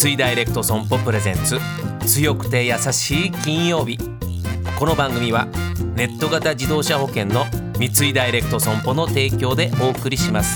三井ダイレクト損保プレゼンツ強くて優しい金曜日。この番組はネット型自動車保険の三井ダイレクト損保の提供でお送りします。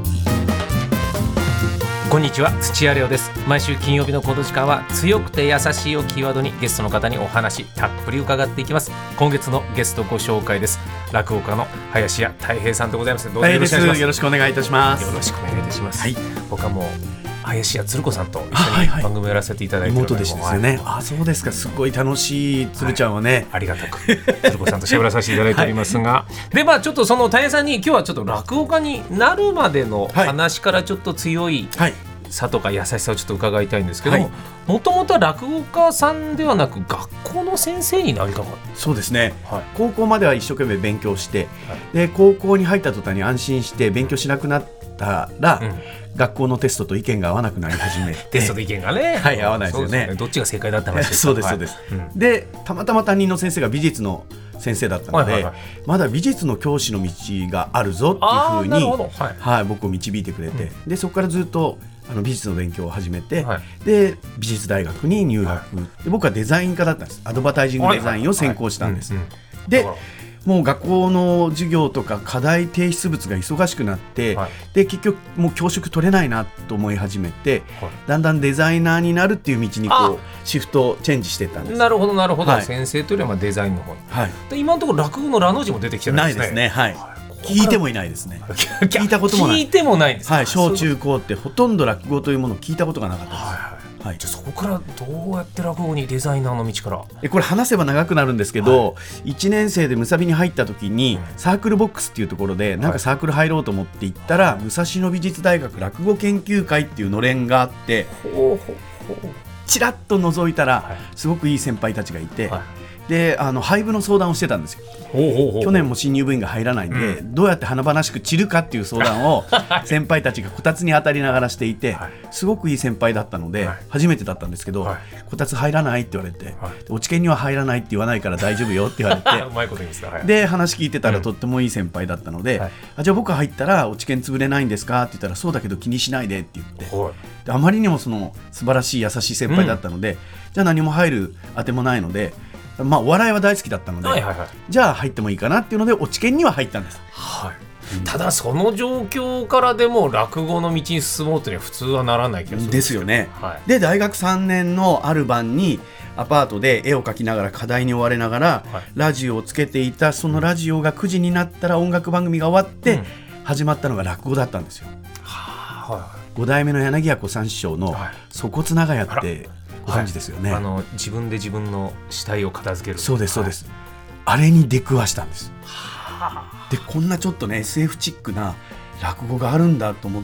こんにちは、土屋レオです。毎週金曜日のこの時間は強くて優しいをキーワードにゲストの方にお話たっぷり伺っていきます。今月のゲストご紹介です。落語家の林家たい平さんでございます。どうぞよろしくお願いします。 よろしくお願いいたします。 よろしくお願いいたします、 はい、 僕はもう林家つる子さんと一緒に番組をやらせていただいているので、 妹でしたですね。あ、そうですか。すごい楽しいつるちゃんはね、 ありがたくつる子さんと喋らさせていただいておりますが、でちょっとそのたい平さんに今日はちょっと落語家になるまでの話からちょっと強いさとか優しさをちょっと伺いたいんですけども、もともとは落語家さんではなく学校の先生になりたかった。 そうですね、高校までは一生懸命勉強して、で高校に入った途端に安心して勉強しなくなったら、学校のテストと意見が合わなくなり始めてテストと意見がね、 合わないですよね。 どっちが正解だった話ですか。 そうですそうです、でたまたま担任の先生が美術の先生だったので、まだ美術の教師の道があるぞっていうふうに、僕を導いてくれて、でそこからずっと美術の勉強を始めて、で美術大学に入学、で僕はデザイン科だったんです。アドバタイジングデザインを専攻したんです。でもう学校の授業とか課題提出物が忙しくなって、で結局もう教職取れないなと思い始めて、だんだんデザイナーになるっていう道にこうシフトチェンジしていったんです。 なるほどなるほど、先生というよりはデザインの方に、で今のところ落語のラの字も出てきてないですね。 ないですね。聞いてもいないですね。聞いたこともない。 聞いてもないんです。 小中高ってほとんど落語というものを聞いたことがなかったです。 じゃあそこからどうやって落語にデザイナーの道から。 これ話せば長くなるんですけど、1年生でむさびに入った時に、サークルボックスっていうところでなんかサークル入ろうと思って行ったら、武蔵野美術大学落語研究会っていうのれんがあって、ちらっと覗いたら、すごくいい先輩たちがいて、で廃部の相談をしてたんですよ。去年も新入部員が入らないんで、どうやって華々しく散るかっていう相談を先輩たちがこたつに当たりながらしていて、すごくいい先輩だったので、初めてだったんですけど、こたつ入らないって言われて、落ち研には入らないって言わないから大丈夫よって言われてうまいこと言いますか。 で話聞いてたらとってもいい先輩だったので、じゃあ僕入ったら落ち研潰れないんですかって言ったら、そうだけど気にしないでって言って、であまりにもその素晴らしい優しい先輩だったので、じゃあ何も入るあてもないので、お笑いは大好きだったので、じゃあ入ってもいいかなっていうので落ち研には入ったんです。 ただその状況からでも落語の道に進もうというのは普通はならない気がするんですよね。で大学3年のある晩にアパートで絵を描きながら課題に追われながら、ラジオをつけていた。そのラジオが9時になったら音楽番組が終わって、始まったのが落語だったんですよ。5代目の柳家小三師匠の粗骨長屋ってご存知ですよね。 自分で自分の死体を片付ける。 そうですそうです、あれに出くわしたんです。でこんなちょっとね SF チックな落語があるんだと思って、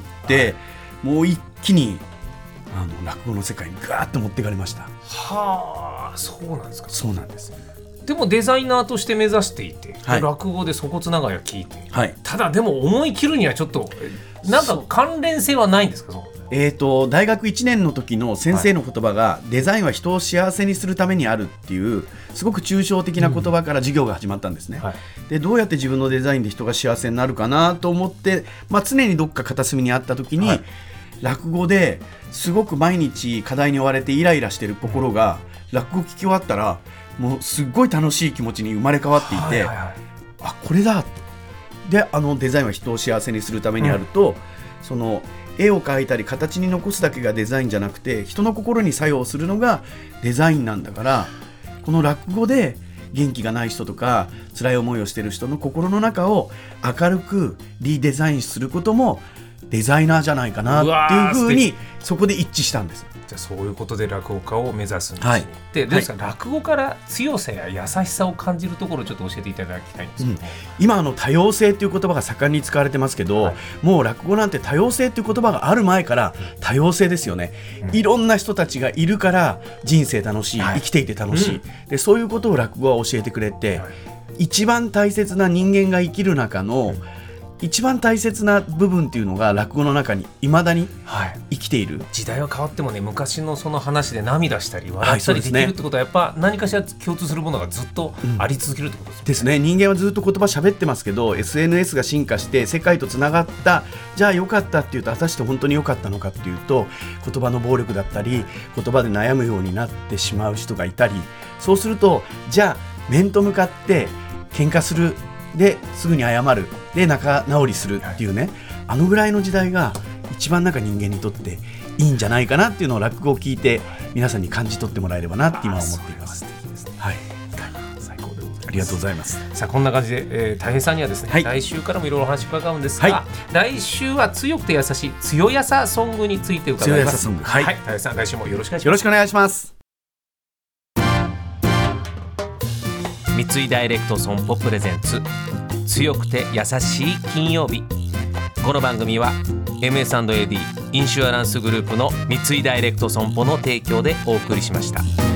もう一気に落語の世界にガーッと持っていかれました。 そうなんですか。 そうなんです。 でもデザイナーとして目指していて、落語で粗骨長屋聞いて、ただでも思い切るにはちょっとなんか関連性はないんですか。 大学1年の時の先生の言葉が、デザインは人を幸せにするためにあるっていうすごく抽象的な言葉から授業が始まったんですね。でどうやって自分のデザインで人が幸せになるかなと思って、常にどっか片隅にあった時に、落語ですごく毎日課題に追われてイライラしてる心が、落語聞き終わったらもうすっごい楽しい気持ちに生まれ変わっていて、これだでデザインは人を幸せにするためにあると、その絵を描いたり形に残すだけがデザインじゃなくて、人の心に作用するのがデザインなんだから、この落語で元気がない人とか辛い思いをしている人の心の中を明るくリデザインすることもデザイナーじゃないかなっていうふうに、そこで一致したんです。 じゃあそういうことで落語家を目指すんですね。でどうですか、落語から強さや優しさを感じるところをちょっと教えていただきたいんですけど、 今多様性という言葉が盛んに使われてますけど、もう落語なんて多様性という言葉がある前から多様性ですよね。いろんな人たちがいるから人生楽しい、生きていて楽しい、でそういうことを落語は教えてくれて、一番大切な人間が生きる中の一番大切な部分っていうのが落語の中にいまだに生きている、 時代は変わってもね、昔のその話で涙したり笑ったりできるってことは、やっぱ何かしら共通するものがずっとあり続けるってことですね。 ですね。人間はずっと言葉喋ってますけど、 SNS が進化して世界とつながった、じゃあ良かったっていうと、果たして本当に良かったのかっていうと、言葉の暴力だったり言葉で悩むようになってしまう人がいたり、そうするとじゃあ面と向かって喧嘩する、ですぐに謝る、で仲直りするっていうね、あのぐらいの時代が一番人間にとっていいんじゃないかなっていうのを落語を聞いて皆さんに感じ取ってもらえればなって今は思っています。はい、最高でございます。ありがとうございます。 さあこんな感じで、たい平さんにはですね、来週からもいろいろお話伺うんですが、来週は強くて優しい強やさソングについて伺います。 強やさソング、 たい平さん、来週もよろしくお願いします。 よろしくお願いします。 三井ダイレクト損保プレゼンツ強くて優しい金曜日。この番組は MS&AD インシュアランスグループの三井ダイレクト損保の提供でお送りしました。